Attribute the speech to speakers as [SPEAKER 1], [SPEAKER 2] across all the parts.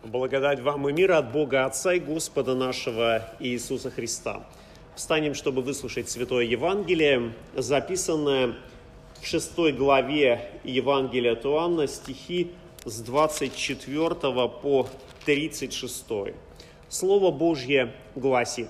[SPEAKER 1] Благодать вам и мир от Бога Отца и Господа нашего Иисуса Христа. Встанем, чтобы выслушать Святое Евангелие, записанное в 6 главе Евангелия от Иоанна, стихи с 24 по 36. Слово Божье гласит: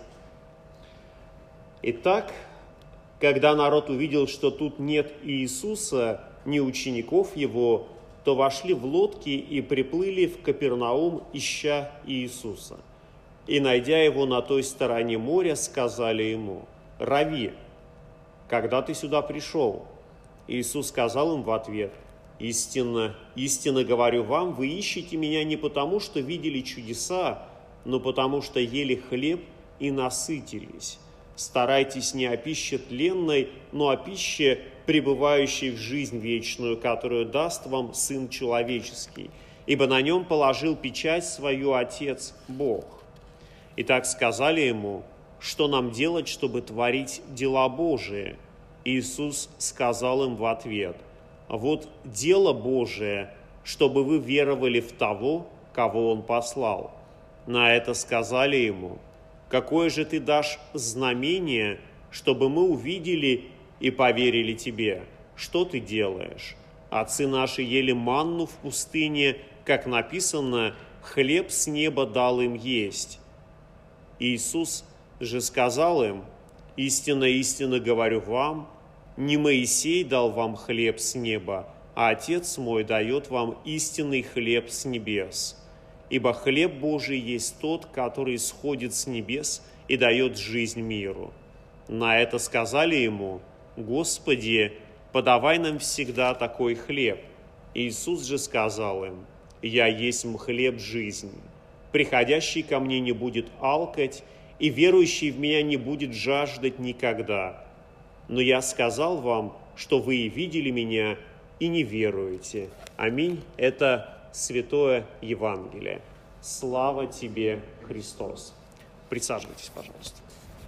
[SPEAKER 1] «Итак, когда народ увидел, что тут нет Иисуса, ни учеников Его, то вошли в лодки и приплыли в Капернаум, ища Иисуса. И, найдя Его на той стороне моря, сказали Ему: „Рави, когда ты сюда пришел?“ Иисус сказал им в ответ: „Истинно, истинно говорю вам, вы ищете Меня не потому, что видели чудеса, но потому, что ели хлеб и насытились. Старайтесь не о пище тленной, но о пище, пребывающей в жизнь вечную, которую даст вам Сын Человеческий, ибо на нем положил печать свою Отец Бог“. Итак, сказали Ему: „Что нам делать, чтобы творить дела Божии?“ Иисус сказал им в ответ: „Вот дело Божие, чтобы вы веровали в того, кого Он послал“. На это сказали Ему: „Какое же ты дашь знамение, чтобы мы увидели и поверили тебе? Что ты делаешь? Отцы наши ели манну в пустыне, как написано: хлеб с неба дал им есть“. Иисус же сказал им: „Истинно, истинно говорю вам, не Моисей дал вам хлеб с неба, а Отец мой дает вам истинный хлеб с небес. Ибо хлеб Божий есть тот, который сходит с небес и дает жизнь миру“. На это сказали Ему: „Господи, подавай нам всегда такой хлеб“. Иисус же сказал им: „Я есть хлеб жизни. Приходящий ко мне не будет алкать, и верующий в Меня не будет жаждать никогда. Но я сказал вам, что вы и видели Меня, и не веруете“. Аминь. Это Святое Евангелие. Слава Тебе, Христос. Присаживайтесь, пожалуйста.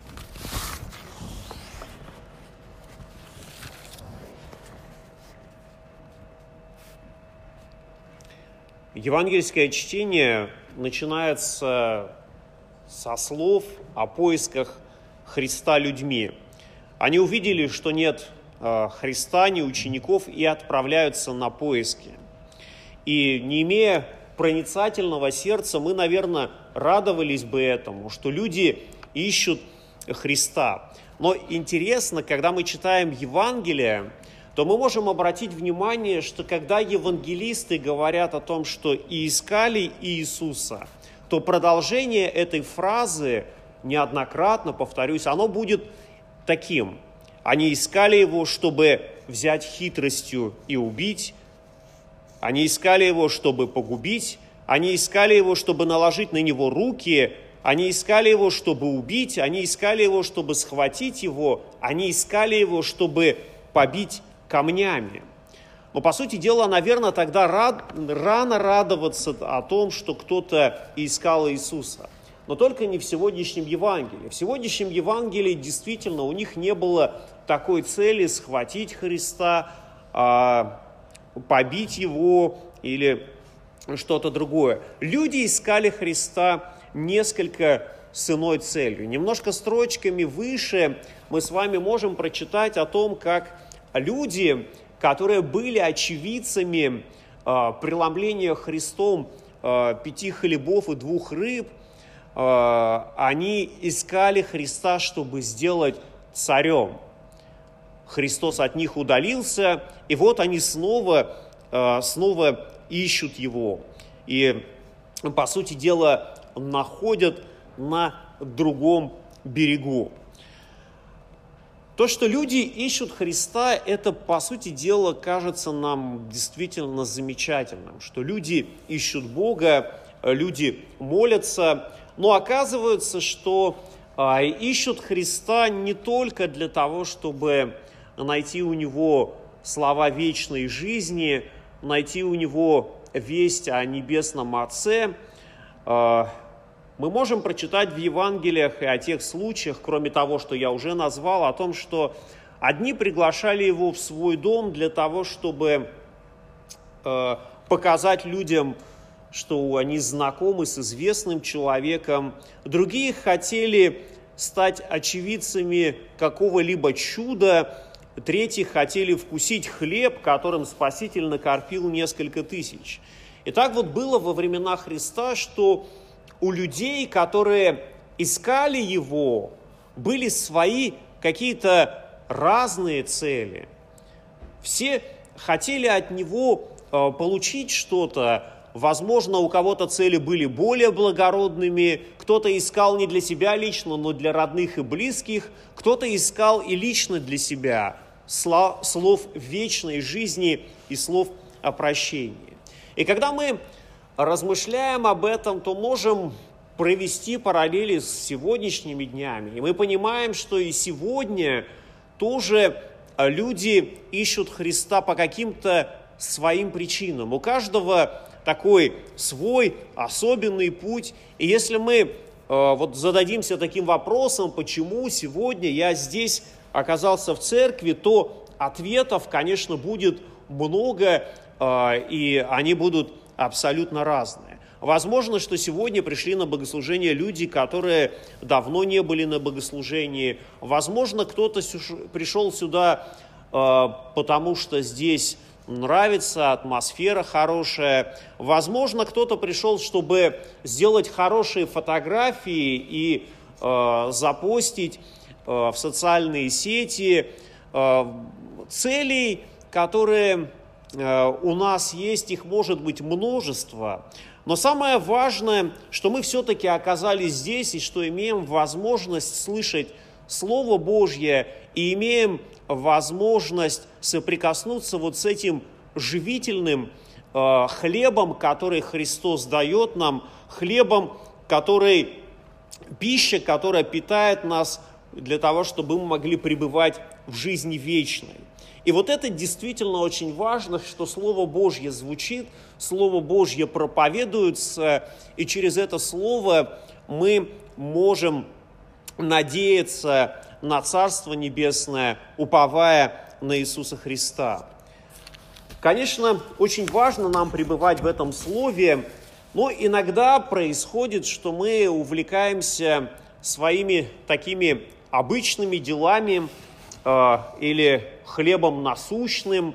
[SPEAKER 1] Евангельское чтение начинается со слов о поисках Христа людьми. Они увидели, что нет Христа, ни учеников, и отправляются на поиски. И не имея проницательного сердца, мы, наверное, радовались бы этому, что люди ищут Христа. Но интересно, когда мы читаем Евангелие, то мы можем обратить внимание, что когда евангелисты говорят о том, что «и искали Иисуса», то продолжение этой фразы, неоднократно, повторюсь, оно будет таким: они искали Его, чтобы взять хитростью и убить, они искали Его, чтобы погубить, они искали Его, чтобы наложить на Него руки, они искали Его, чтобы убить, они искали Его, чтобы схватить Его, они искали Его, чтобы побить камнями. Но, по сути дела, наверное, тогда рано радоваться о том, что кто-то искал Иисуса. Но только не в сегодняшнем Евангелии. В сегодняшнем Евангелии действительно у них не было такой цели схватить Христа, побить Его или что-то другое. Люди искали Христа несколько с иной целью. Немножко строчками выше мы с вами можем прочитать о том, как люди, которые были очевидцами преломления Христом 5 хлебов и 2 рыб, они искали Христа, чтобы сделать царем. Христос от них удалился, и вот они снова ищут Его. И, по сути дела, находят на другом берегу. То, что люди ищут Христа, это, по сути дела, кажется нам действительно замечательным, что люди ищут Бога, люди молятся, но оказывается, что ищут Христа не только для того, чтобы найти у Него слова вечной жизни, найти у Него весть о Небесном Отце. Мы можем прочитать в Евангелиях и о тех случаях, кроме того, что я уже назвал, о том, что одни приглашали Его в свой дом для того, чтобы показать людям что они знакомы с известным человеком, другие хотели стать очевидцами какого-либо чуда, третьи хотели вкусить хлеб, которым Спаситель накормил несколько тысяч. И так вот было во времена Христа, что у людей, которые искали Его, были свои какие-то разные цели. Все хотели от Него получить что-то. Возможно, у кого-то цели были более благородными, кто-то искал не для себя лично, но для родных и близких, кто-то искал и лично для себя слов вечной жизни и слов о прощении. И когда мы размышляем об этом, то можем провести параллели с сегодняшними днями. И мы понимаем, что и сегодня тоже люди ищут Христа по каким-то своим причинам. У каждого такой свой особенный путь. И если мы вот зададимся таким вопросом, почему сегодня я здесь оказался в церкви, то ответов, конечно, будет много, и они будут абсолютно разные. Возможно, что сегодня пришли на богослужение люди, которые давно не были на богослужении. Возможно, кто-то пришел сюда, потому что здесь нравится, атмосфера хорошая. Возможно, кто-то пришел, чтобы сделать хорошие фотографии и запостить в социальные сети. Целей, которые у нас есть, их может быть множество. Но самое важное, что мы все-таки оказались здесь и что имеем возможность слышать Слово Божье и имеем возможность соприкоснуться вот с этим живительным хлебом, который Христос дает нам, хлебом, пища, которая питает нас для того, чтобы мы могли пребывать в жизни вечной. И вот это действительно очень важно, что Слово Божье звучит, Слово Божье проповедуется, и через это Слово мы можем надеяться на Царство Небесное, уповая на Иисуса Христа. Конечно, очень важно нам пребывать в этом Слове, но иногда происходит, что мы увлекаемся своими такими обычными делами или хлебом насущным.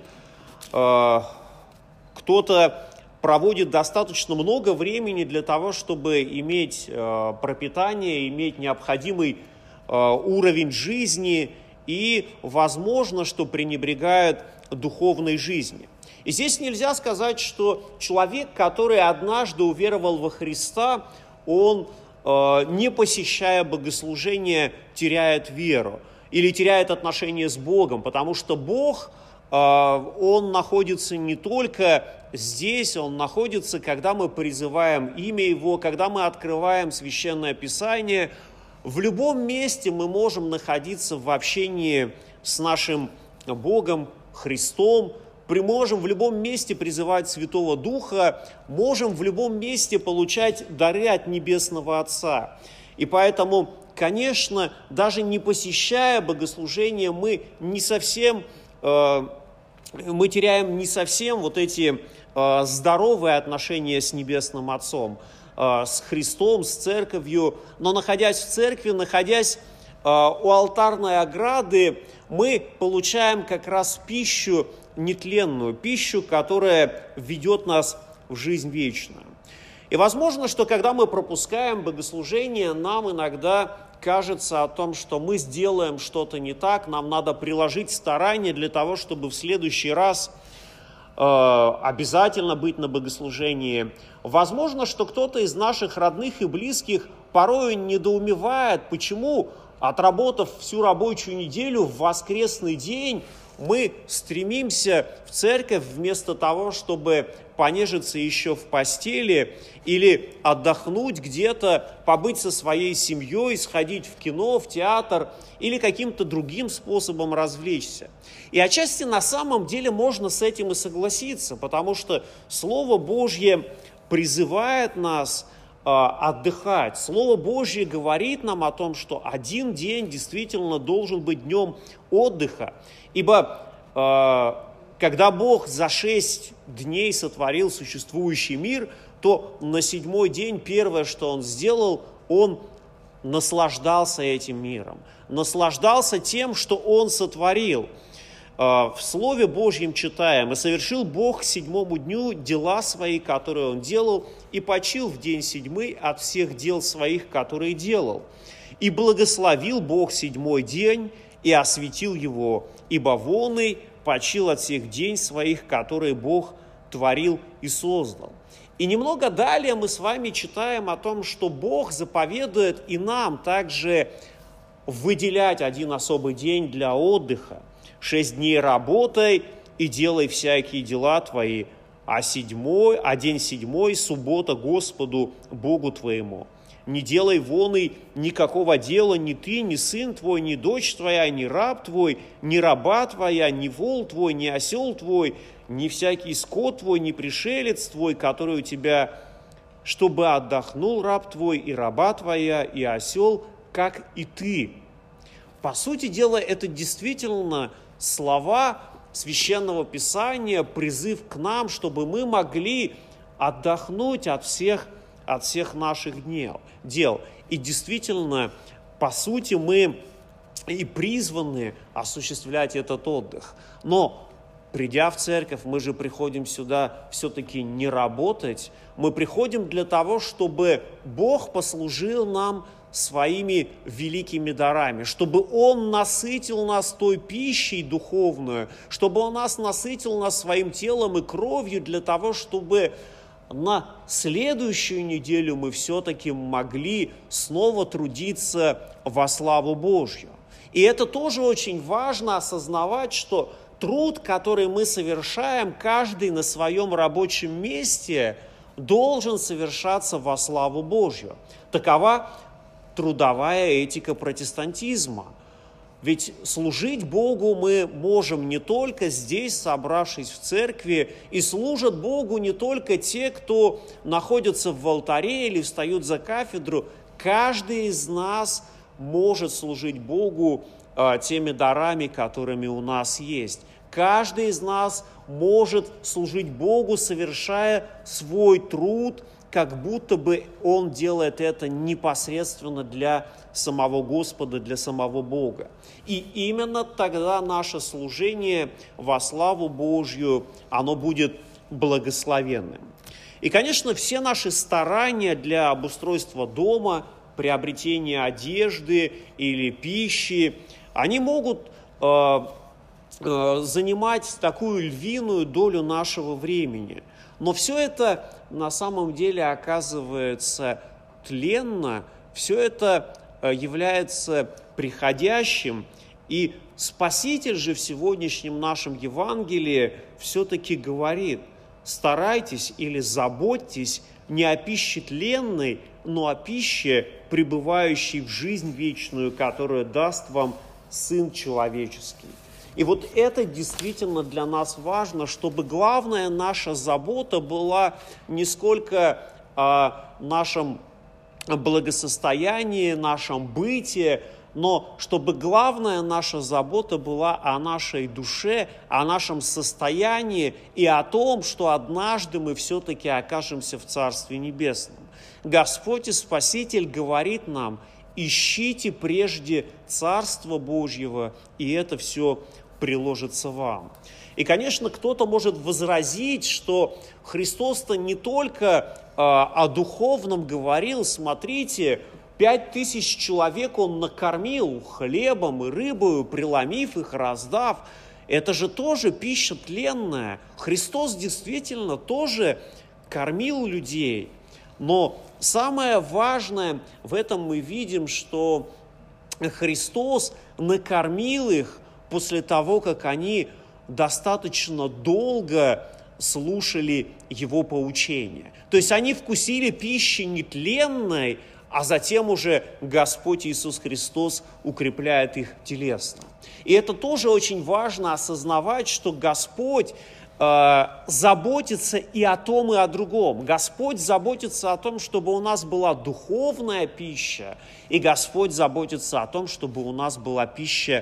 [SPEAKER 1] Кто-то проводит достаточно много времени для того, чтобы иметь пропитание, иметь необходимый уровень жизни и, возможно, что пренебрегает духовной жизнью. И здесь нельзя сказать, что человек, который однажды уверовал во Христа, он, не посещая богослужения, теряет веру или теряет отношения с Богом, потому что Бог, Он находится не только здесь, Он находится, когда мы призываем имя Его, когда мы открываем Священное Писание. В любом месте мы можем находиться в общении с нашим Богом, Христом, можем в любом месте призывать Святого Духа, можем в любом месте получать дары от Небесного Отца. И поэтому, конечно, даже не посещая богослужения, мы теряем не совсем вот эти здоровые отношения с Небесным Отцом, с Христом, с Церковью. Но находясь в церкви, находясь у алтарной ограды, мы получаем как раз пищу нетленную, пищу, которая ведет нас в жизнь вечную. И возможно, что когда мы пропускаем богослужение, нам иногда кажется о том, что мы сделаем что-то не так, нам надо приложить старания для того, чтобы в следующий раз обязательно быть на богослужении. Возможно, что кто-то из наших родных и близких порой недоумевает, почему, отработав всю рабочую неделю, в воскресный день мы стремимся в церковь вместо того, чтобы понежиться еще в постели или отдохнуть где-то, побыть со своей семьей, сходить в кино, в театр или каким-то другим способом развлечься. И отчасти на самом деле можно с этим и согласиться, потому что Слово Божье призывает нас отдыхать. Слово Божье говорит нам о том, что один день действительно должен быть днем отдыха, ибо когда Бог за 6 дней сотворил существующий мир, то на 7-й день первое, что Он сделал, Он наслаждался этим миром, наслаждался тем, что Он сотворил. В Слове Божьем читаем: «И совершил Бог к 7-му дню дела свои, которые Он делал, и почил в день 7-й от всех дел своих, которые делал. И благословил Бог 7-й день, и осветил его, ибо вон и почил от всех день своих, которые Бог творил и создал». И немного далее мы с вами читаем о том, что Бог заповедует и нам также выделять один особый день для отдыха. 6 дней работай и делай всякие дела твои, а день 7-й суббота Господу Богу твоему. Не делай вон и никакого дела ни ты, ни сын твой, ни дочь твоя, ни раб твой, ни раба твоя, ни вол твой, ни осел твой, ни всякий скот твой, ни пришелец твой, который у тебя, чтобы отдохнул раб твой и раба твоя, и осел, как и ты». По сути дела, это действительно слова Священного Писания, призыв к нам, чтобы мы могли отдохнуть от всех наших дел. И действительно, по сути, мы и призваны осуществлять этот отдых. Но, придя в церковь, мы же приходим сюда все-таки не работать. Мы приходим для того, чтобы Бог послужил нам своими великими дарами, чтобы Он насытил нас той пищей духовную, чтобы Он насытил нас своим телом и кровью для того, чтобы на следующую неделю мы все-таки могли снова трудиться во славу Божью. И это тоже очень важно осознавать, что труд, который мы совершаем, каждый на своем рабочем месте, должен совершаться во славу Божью. Такова трудовая этика протестантизма. Ведь служить Богу мы можем не только здесь, собравшись в церкви, и служат Богу не только те, кто находится в алтаре или встают за кафедру. Каждый из нас может служить Богу теми дарами, которыми у нас есть. Каждый из нас может служить Богу, совершая свой труд, как будто бы он делает это непосредственно для самого Господа, для самого Бога. И именно тогда наше служение во славу Божью, оно будет благословенным. И, конечно, все наши старания для обустройства дома, приобретения одежды или пищи, они могут занимать такую львиную долю нашего времени. Но все это на самом деле оказывается тленно, все это является приходящим, и Спаситель же в сегодняшнем нашем Евангелии все-таки говорит: старайтесь или заботьтесь не о пище тленной, но о пище, пребывающей в жизнь вечную, которую даст вам Сын Человеческий. И вот это действительно для нас важно, чтобы главная наша забота была не сколько о нашем благосостоянии, нашем бытии, но чтобы главная наша забота была о нашей душе, о нашем состоянии и о том, что однажды мы все-таки окажемся в Царстве Небесном. Господь и Спаситель говорит нам: ищите прежде Царство Божьего, и это все приложится вам. И, конечно, кто-то может возразить, что Христос-то не только о духовном говорил. Смотрите, 5000 человек Он накормил хлебом и рыбою, преломив их, раздав. Это же тоже пища тленная. Христос действительно тоже кормил людей. Но самое важное в этом мы видим, что Христос накормил их после того, как они достаточно долго слушали Его поучения. То есть они вкусили пищи нетленной, а затем уже Господь Иисус Христос укрепляет их телесно. И это тоже очень важно осознавать, что Господь заботится и о том, и о другом. Господь заботится о том, чтобы у нас была духовная пища, и Господь заботится о том, чтобы у нас была пища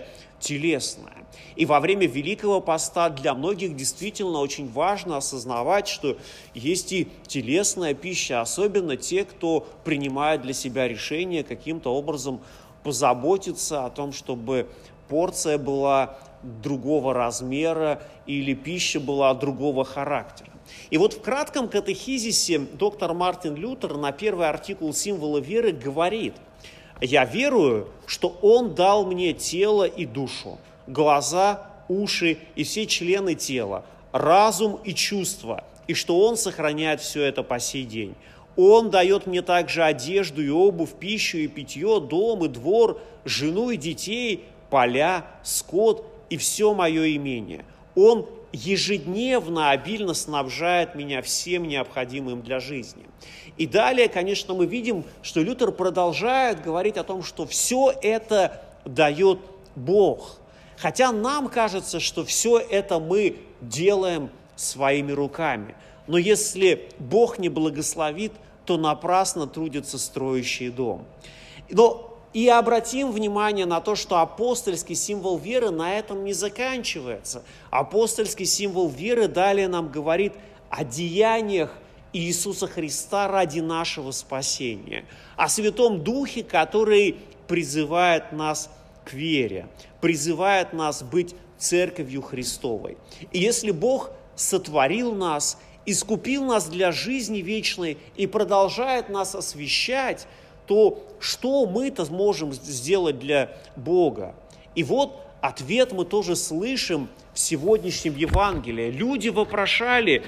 [SPEAKER 1] телесное. И во время Великого Поста для многих действительно очень важно осознавать, что есть и телесная пища, особенно те, кто принимает для себя решение каким-то образом позаботиться о том, чтобы порция была другого размера или пища была другого характера. И вот в кратком катехизисе доктор Мартин Лютер на первый артикул «Символа веры» говорит: «Я верую, что Он дал мне тело и душу, глаза, уши и все члены тела, разум и чувства, и что Он сохраняет все это по сей день. Он дает мне также одежду и обувь, пищу и питье, дом и двор, жену и детей, поля, скот и все мое имение. Он ежедневно обильно снабжает меня всем необходимым для жизни». И далее, конечно, мы видим, что Лютер продолжает говорить о том, что все это дает Бог. Хотя нам кажется, что все это мы делаем своими руками. Но если Бог не благословит, то напрасно трудятся строящие дом. Но и обратим внимание на то, что апостольский символ веры на этом не заканчивается. Апостольский символ веры далее нам говорит о деяниях Иисуса Христа ради нашего спасения, о Святом Духе, который призывает нас к вере, призывает нас быть Церковью Христовой. И если Бог сотворил нас, искупил нас для жизни вечной и продолжает нас освящать, то что мы-то можем сделать для Бога? И вот ответ мы тоже слышим в сегодняшнем Евангелии. Люди вопрошали,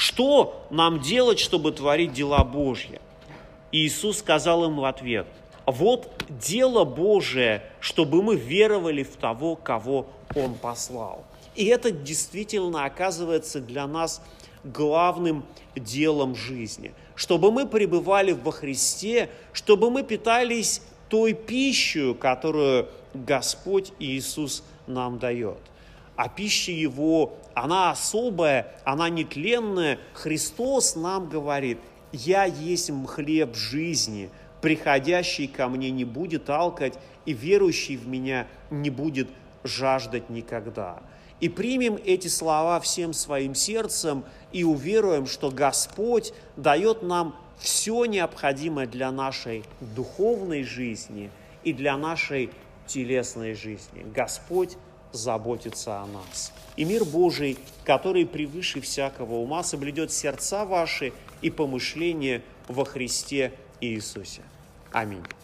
[SPEAKER 1] что нам делать, чтобы творить дела Божьи? И Иисус сказал им в ответ: вот дело Божие, чтобы мы веровали в того, кого Он послал. И это действительно оказывается для нас главным делом жизни. Чтобы мы пребывали во Христе, чтобы мы питались той пищей, которую Господь Иисус нам дает. А пища Его, она особая, она нетленная. Христос нам говорит: «Я есть хлеб жизни, приходящий ко мне не будет алкать, и верующий в меня не будет жаждать никогда». И примем эти слова всем своим сердцем и уверуем, что Господь дает нам все необходимое для нашей духовной жизни и для нашей телесной жизни. Господь заботится о нас. И мир Божий, который превыше всякого ума, соблюдет сердца ваши и помышления во Христе Иисусе. Аминь.